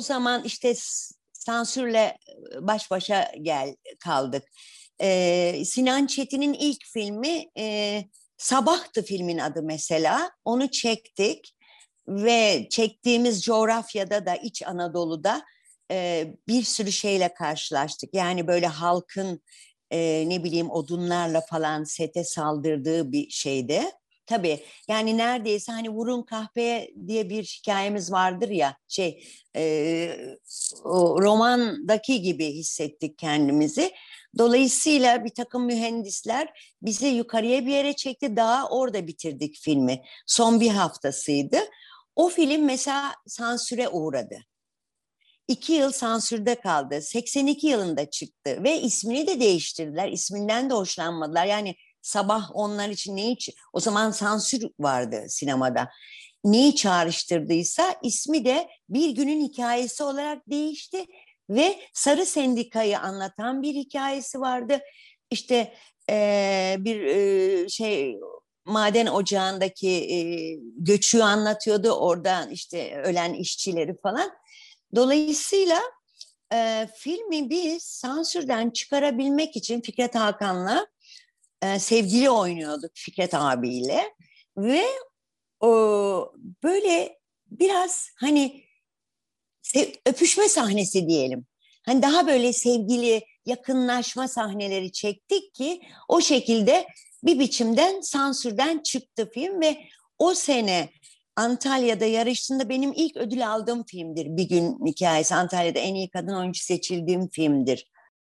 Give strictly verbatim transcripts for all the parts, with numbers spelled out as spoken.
zaman işte sansürle baş başa gel kaldık. Ee, Sinan Çetin'in ilk filmi e, Sabah'tı filmin adı mesela. Onu çektik ve çektiğimiz coğrafyada da İç Anadolu'da e, bir sürü şeyle karşılaştık. Yani böyle halkın e, ne bileyim odunlarla falan sete saldırdığı bir şeydi. Tabii yani neredeyse hani vurun kahpeye diye bir hikayemiz vardır ya şey e, o romandaki gibi hissettik kendimizi. Dolayısıyla bir takım mühendisler bizi yukarıya bir yere çekti. Daha orada bitirdik filmi. Son bir haftasıydı. O film mesela sansüre uğradı. İki yıl sansürde kaldı. seksen iki yılında çıktı ve ismini de değiştirdiler. İsminden de hoşlanmadılar. Yani sabah onlar için neyi... O zaman sansür vardı sinemada. Neyi çağrıştırdıysa ismi de Bir Günün Hikayesi olarak değişti. Ve Sarı Sendika'yı anlatan bir hikayesi vardı. İşte e, bir e, şey maden ocağındaki e, göçüğü anlatıyordu. Oradan işte ölen işçileri falan. Dolayısıyla e, filmi biz sansürden çıkarabilmek için Fikret Hakan'la e, sevgili oynuyorduk Fikret abiyle ve o, böyle biraz hani sev, öpüşme sahnesi diyelim. Hani daha böyle sevgili yakınlaşma sahneleri çektik ki o şekilde bir biçimden sansürden çıktı film ve o sene Antalya'da yarıştığında benim ilk ödül aldığım filmdir. Bir Gün Hikayesi. Antalya'da en iyi kadın oyuncu seçildiğim filmdir.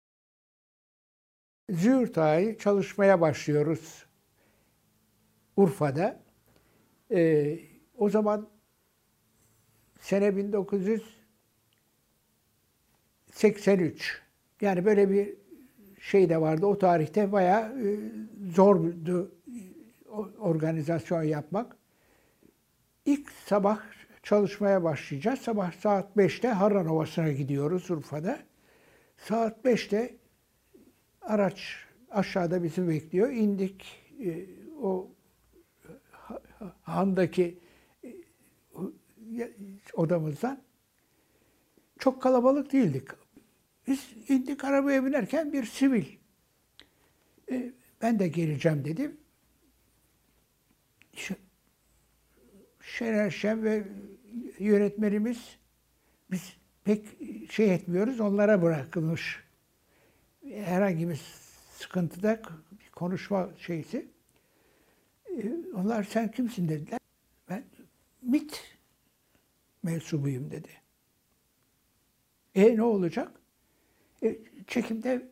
Züğürt Ağa'yı çalışmaya başlıyoruz Urfa'da. Ee, o zaman sene bin dokuz yüz seksen üç. Yani böyle bir şey de vardı. O tarihte bayağı e, zordu organizasyon yapmak. İlk sabah çalışmaya başlayacağız. Sabah saat beşte Harran Ovası'na gidiyoruz Urfa'da. Saat beşte araç aşağıda bizi bekliyor. İndik e, o handaki e, odamızdan. Çok kalabalık değildik. Biz indik arabaya binerken bir sivil. E, ben de geleceğim dedim. Şener Şen ve yönetmenimiz biz pek şey etmiyoruz, onlara bırakılmış. Herhangi bir sıkıntıda bir konuşma şeysi. Onlar sen kimsin dediler. Ben MİT mensubuyum dedi. E ne olacak? E, çekimde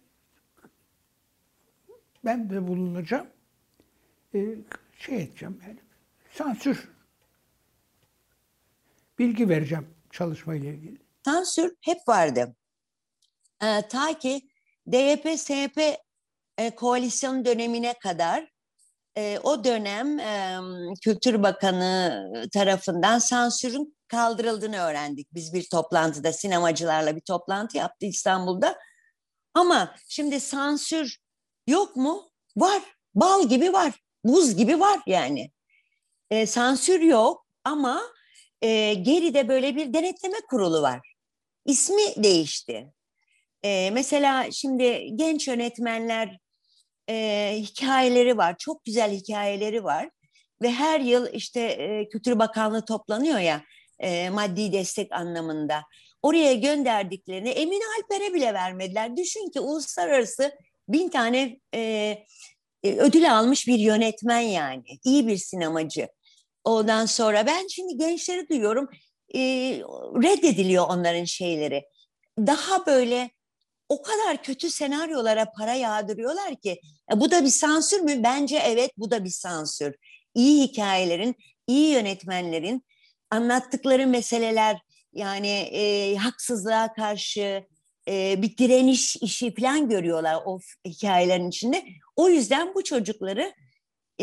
ben de bulunacağım. E, şey edeceğim yani. Sansür bilgi vereceğim çalışmayla ilgili. Sansür hep vardı. Ee, ta ki D Y P S Y P e, koalisyon dönemine kadar e, o dönem e, Kültür Bakanı tarafından sansürün kaldırıldığını öğrendik. Biz bir toplantıda sinemacılarla bir toplantı yaptı İstanbul'da. Ama şimdi sansür yok mu? Var. Bal gibi var. Buz gibi var yani. E, sansür yok ama e, geride böyle bir denetleme kurulu var. İsmi değişti. E, mesela şimdi genç yönetmenler e, hikayeleri var. Çok güzel hikayeleri var. Ve her yıl işte e, Kültür Bakanlığı toplanıyor ya e, maddi destek anlamında. Oraya gönderdiklerini Emine Alper'e bile vermediler. Düşün ki uluslararası bin tane e, e, ödül almış bir yönetmen yani. İyi bir sinemacı. Ondan sonra ben şimdi gençleri duyuyorum. E, reddediliyor onların şeyleri. Daha böyle o kadar kötü senaryolara para yağdırıyorlar ki e, bu da bir sansür mü? Bence evet, bu da bir sansür. İyi hikayelerin, iyi yönetmenlerin anlattıkları meseleler yani e, haksızlığa karşı e, bir direniş işi falan görüyorlar o hikayelerin içinde. O yüzden bu çocukları e,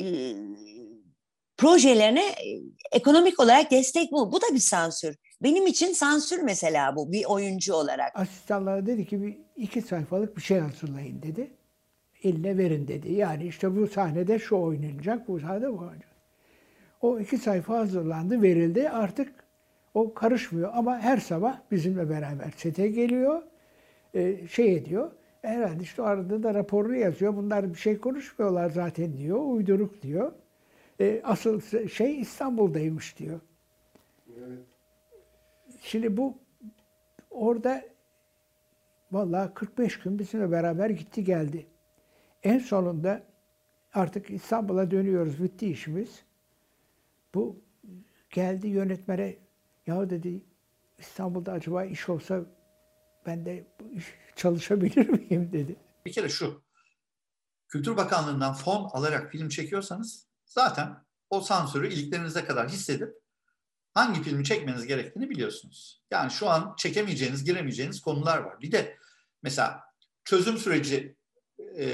projelerine e, ekonomik olarak destek bu. Bu da bir sansür. Benim için sansür mesela bu bir oyuncu olarak. Asistanlara dedi ki bir iki sayfalık bir şey hazırlayın dedi. Eline verin dedi. Yani işte bu sahnede şu oynanacak, bu sahnede bu oynanacak. O iki sayfa hazırlandı, verildi. Artık O karışmıyor ama her sabah bizimle beraber sete geliyor, e, şey ediyor. Herhalde işte o arada da raporunu yazıyor. Bunlar bir şey konuşmuyorlar zaten diyor, uyduruk diyor. E, asıl şey İstanbul'daymış diyor. Evet. Şimdi bu orada vallahi kırk beş gün bizimle beraber gitti geldi. En sonunda artık İstanbul'a dönüyoruz, bitti işimiz. Bu geldi yönetmene, ya dedi İstanbul'da acaba iş olsa ben de çalışabilir miyim dedi. Bir kere şu, Kültür Bakanlığı'ndan fon alarak film çekiyorsanız zaten o sansürü iliklerinize kadar hissedip hangi filmi çekmeniz gerektiğini biliyorsunuz. Yani şu an çekemeyeceğiniz, giremeyeceğiniz konular var. Bir de mesela çözüm süreci e,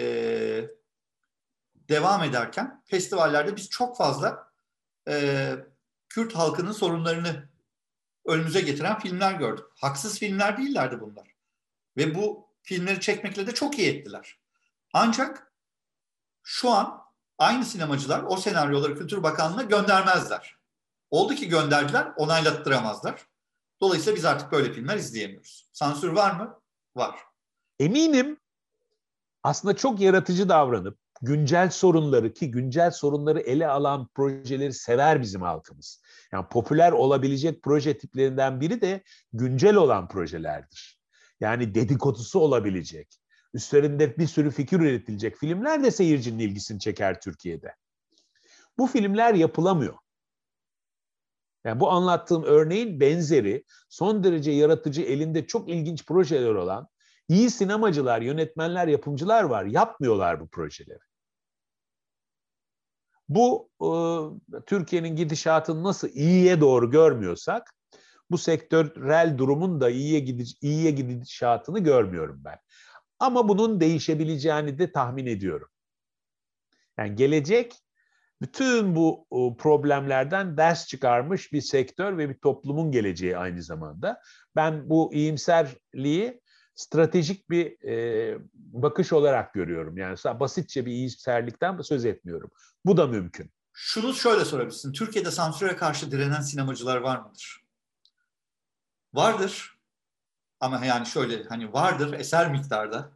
devam ederken festivallerde biz çok fazla e, Kürt halkının sorunlarını önümüze getiren filmler gördük. Haksız filmler değillerdi bunlar. Ve bu filmleri çekmekle de çok iyi ettiler. Ancak şu an aynı sinemacılar o senaryoları Kültür Bakanlığı'na göndermezler. Oldu ki gönderdiler, onaylattıramazlar. Dolayısıyla biz artık böyle filmler izleyemiyoruz. Sansür var mı? Var. Eminim aslında çok yaratıcı davranıp güncel sorunları, ki güncel sorunları ele alan projeleri sever bizim halkımız. Yani popüler olabilecek proje tiplerinden biri de güncel olan projelerdir. Yani dedikodusu olabilecek, üstlerinde bir sürü fikir üretilecek filmler de seyircinin ilgisini çeker Türkiye'de. Bu filmler yapılamıyor. Yani bu anlattığım örneğin benzeri, son derece yaratıcı, elinde çok ilginç projeler olan iyi sinemacılar, yönetmenler, yapımcılar var. Yapmıyorlar bu projeleri. Bu e, Türkiye'nin gidişatını nasıl iyiye doğru görmüyorsak, bu sektörel durumun da iyiye, gidiş, iyiye gidişatını görmüyorum ben. Ama bunun değişebileceğini de tahmin ediyorum. Yani gelecek bütün bu problemlerden ders çıkarmış bir sektör ve bir toplumun geleceği aynı zamanda. Ben bu iyimserliği stratejik bir e, bakış olarak görüyorum. Yani basitçe bir iyimserlikten söz etmiyorum. Bu da mümkün. Şunu şöyle sorabilirsin. Türkiye'de sansüre karşı direnen sinemacılar var mıdır? Vardır. Ama yani şöyle hani vardır eser miktarda.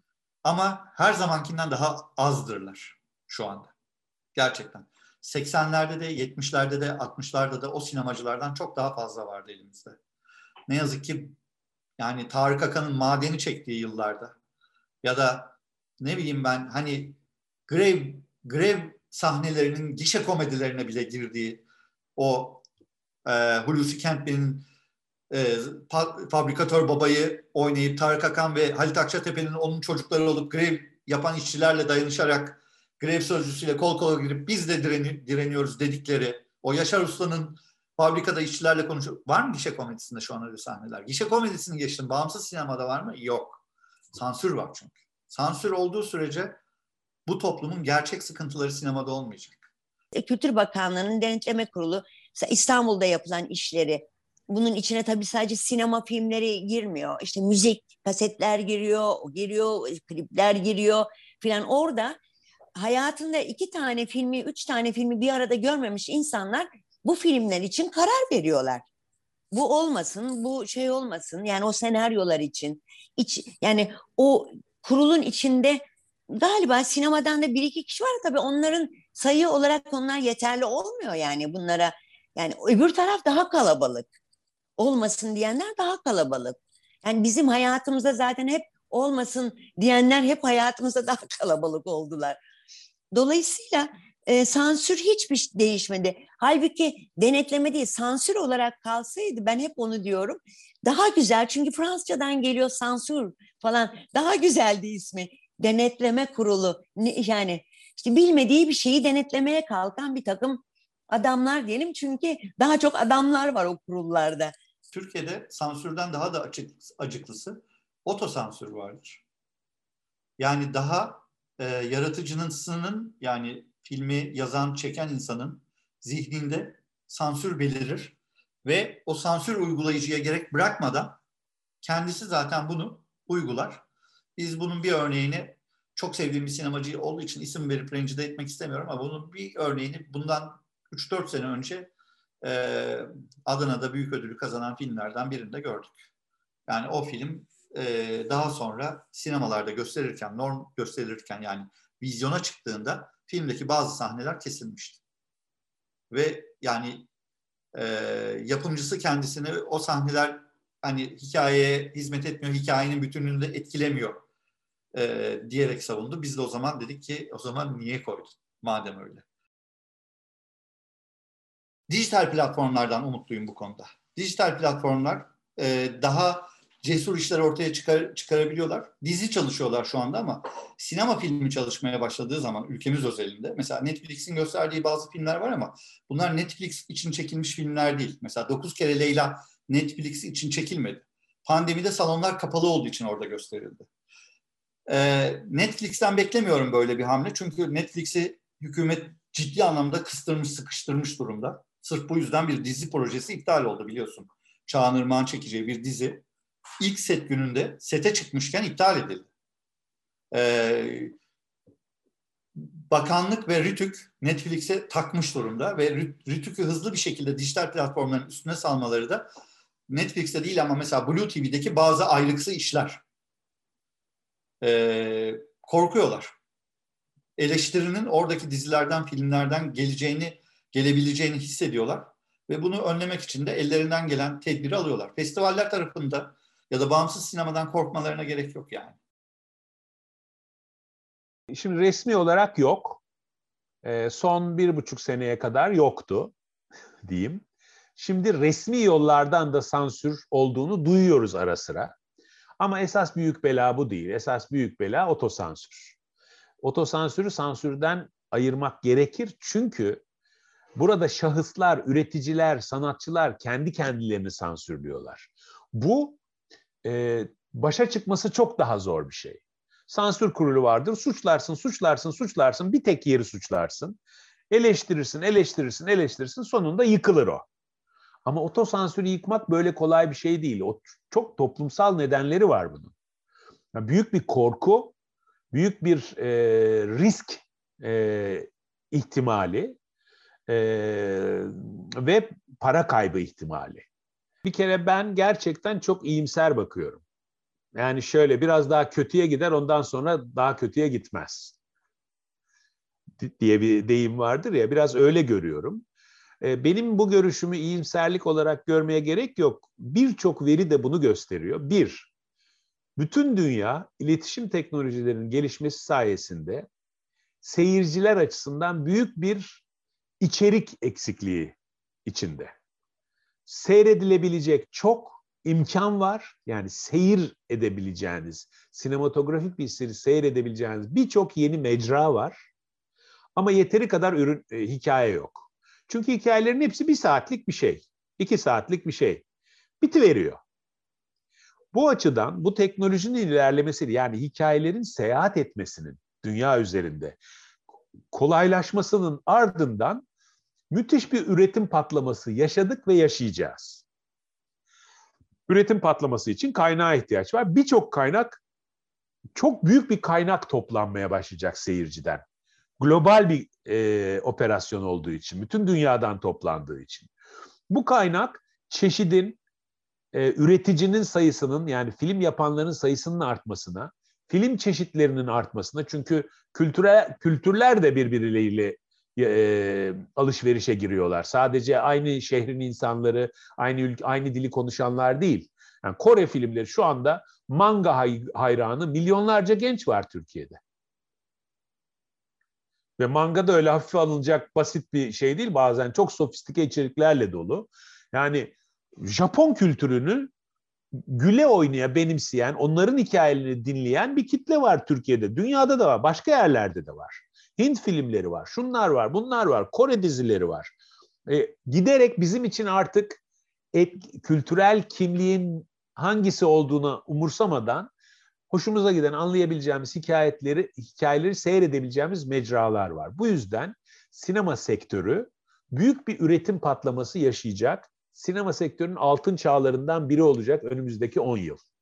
Ama her zamankinden daha azdırlar şu anda. Gerçekten. seksenlerde de, yetmişlerde de, altmışlarda da o sinemacılardan çok daha fazla vardı elimizde. Ne yazık ki yani Tarık Akan'ın Madeni çektiği yıllarda ya da ne bileyim ben hani grev, grev sahnelerinin gişe komedilerine bile girdiği o e, Hulusi Kentmen'in e, fa- fabrikatör babayı oynayıp Tarık Akan ve Halit Akçatepe'nin onun çocukları olup grev yapan işçilerle dayanışarak grev sözcüsüyle kol kola girip biz de direni- direniyoruz dedikleri o Yaşar Usta'nın fabrikada işçilerle konuşuyor. Var mı gişe komedisinde şu an öyle sahneler? Gişe komedisini geçtim. Bağımsız sinemada var mı? Yok. Sansür var çünkü. Sansür olduğu sürece bu toplumun gerçek sıkıntıları sinemada olmayacak. Kültür Bakanlığı'nın denetleme kurulu İstanbul'da yapılan işleri, bunun içine tabii sadece sinema filmleri girmiyor. İşte müzik, kasetler giriyor, giriyor, klipler giriyor filan. Orada hayatında iki tane filmi, üç tane filmi bir arada görmemiş insanlar bu filmler için karar veriyorlar. Bu olmasın, bu şey olmasın. Yani o senaryolar için. İç, yani o kurulun içinde galiba sinemadan da bir iki kişi var. Tabii onların sayı olarak onlar yeterli olmuyor yani bunlara. Yani öbür taraf daha kalabalık. Olmasın diyenler daha kalabalık. Yani bizim hayatımızda zaten hep olmasın diyenler hep hayatımızda daha kalabalık oldular. Dolayısıyla e, sansür hiçbir değişmedi. Halbuki denetleme değil, sansür olarak kalsaydı, ben hep onu diyorum, daha güzel. Çünkü Fransızcadan geliyor sansür falan. Daha güzeldi ismi. Denetleme kurulu. Yani işte bilmediği bir şeyi denetlemeye kalkan bir takım adamlar diyelim. Çünkü daha çok adamlar var o kurullarda. Türkiye'de sansürden daha da açık, acıklısı otosansür vardır. Yani daha e, yaratıcının yani filmi yazan, çeken insanın zihninde sansür belirir ve o sansür uygulayıcıya gerek bırakmadan kendisi zaten bunu uygular. Biz bunun bir örneğini, çok sevdiğim bir sinemacı olduğu için isim verip rencide etmek istemiyorum ama bunun bir örneğini bundan üç dört sene önce e, Adana'da büyük ödülü kazanan filmlerden birinde gördük. Yani o film e, daha sonra sinemalarda gösterirken, norm gösterilirken yani vizyona çıktığında filmdeki bazı sahneler kesilmişti. Ve yani e, yapımcısı kendisini o sahneler hani hikayeye hizmet etmiyor, hikayenin bütünlüğünü de etkilemiyor e, diyerek savundu. Biz de o zaman dedik ki o zaman niye koydun madem öyle. Dijital platformlardan umutluyum bu konuda. Dijital platformlar e, daha cesur işler ortaya çıkar, çıkarabiliyorlar. Dizi çalışıyorlar şu anda ama sinema filmi çalışmaya başladığı zaman ülkemiz özelinde mesela Netflix'in gösterdiği bazı filmler var ama bunlar Netflix için çekilmiş filmler değil. Mesela Dokuz Kere Leyla Netflix için çekilmedi. Pandemide salonlar kapalı olduğu için orada gösterildi. Ee, Netflix'ten beklemiyorum böyle bir hamle. Çünkü Netflix'i hükümet ciddi anlamda kıstırmış, sıkıştırmış durumda. Sırf bu yüzden bir dizi projesi iptal oldu biliyorsun. Çağan Irmak'ın çekeceği bir dizi ilk set gününde sete çıkmışken iptal edildi. Ee, Bakanlık ve Rütük Netflix'e takmış durumda ve Rütük'ü hızlı bir şekilde dijital platformların üstüne salmaları da Netflix'te değil ama mesela Blue T V'deki bazı ayrıksı işler. Ee, korkuyorlar. Eleştirinin oradaki dizilerden, filmlerden geleceğini, gelebileceğini hissediyorlar ve bunu önlemek için de ellerinden gelen tedbiri alıyorlar. Festivaller tarafında ya da bağımsız sinemadan korkmalarına gerek yok yani. Şimdi resmi olarak yok. Ee, son bir buçuk seneye kadar yoktu diyeyim. Şimdi resmi yollardan da sansür olduğunu duyuyoruz ara sıra. Ama esas büyük bela bu değil. Esas büyük bela otosansür. Otosansürü sansürden ayırmak gerekir. Çünkü burada şahıslar, üreticiler, sanatçılar kendi kendilerini sansürlüyorlar. Bu e, başa çıkması çok daha zor bir şey. Sansür kurulu vardır. Suçlarsın, suçlarsın, suçlarsın. Bir tek yeri suçlarsın. Eleştirirsin, eleştirirsin, eleştirirsin. Sonunda yıkılır o. Ama otosansürü yıkmak böyle kolay bir şey değil. O çok toplumsal nedenleri var bunun. Yani büyük bir korku, büyük bir e, risk e, ihtimali e, ve para kaybı ihtimali. Bir kere ben gerçekten çok iyimser bakıyorum. Yani şöyle biraz daha kötüye gider, ondan sonra daha kötüye gitmez diye bir deyim vardır ya, biraz öyle görüyorum. Benim bu görüşümü iyimserlik olarak görmeye gerek yok. Birçok veri de bunu gösteriyor. Bir, bütün dünya iletişim teknolojilerinin gelişmesi sayesinde seyirciler açısından büyük bir içerik eksikliği içinde. Seyredilebilecek çok imkan var. Yani seyir edebileceğiniz, sinematografik bir seri seyredebileceğiniz birçok yeni mecra var. Ama yeteri kadar ürün, e, hikaye yok. Çünkü hikayelerin hepsi bir saatlik bir şey, iki saatlik bir şey. Bitiveriyor. Bu açıdan bu teknolojinin ilerlemesi, yani hikayelerin seyahat etmesinin dünya üzerinde kolaylaşmasının ardından müthiş bir üretim patlaması yaşadık ve yaşayacağız. Üretim patlaması için kaynağa ihtiyaç var. Birçok kaynak, çok büyük bir kaynak toplanmaya başlayacak seyirciden. Global bir e, operasyon olduğu için, bütün dünyadan toplandığı için. Bu kaynak çeşidin, e, üreticinin sayısının, yani film yapanların sayısının artmasına, film çeşitlerinin artmasına, çünkü kültüre, kültürler de birbirleriyle e, alışverişe giriyorlar. Sadece aynı şehrin insanları, aynı ülke, aynı dili konuşanlar değil. Yani Kore filmleri şu anda manga hay, hayranı milyonlarca genç var Türkiye'de. Ve manga da öyle hafife alınacak basit bir şey değil. Bazen çok sofistike içeriklerle dolu. Yani Japon kültürünü güle oynaya benimseyen, onların hikayelerini dinleyen bir kitle var Türkiye'de. Dünyada da var, başka yerlerde de var. Hint filmleri var, şunlar var, bunlar var, Kore dizileri var. E, giderek bizim için artık et, kültürel kimliğin hangisi olduğunu umursamadan hoşumuza giden, anlayabileceğimiz hikayeleri, hikayeleri seyredebileceğimiz mecralar var. Bu yüzden sinema sektörü büyük bir üretim patlaması yaşayacak. Sinema sektörünün altın çağlarından biri olacak önümüzdeki on yıl.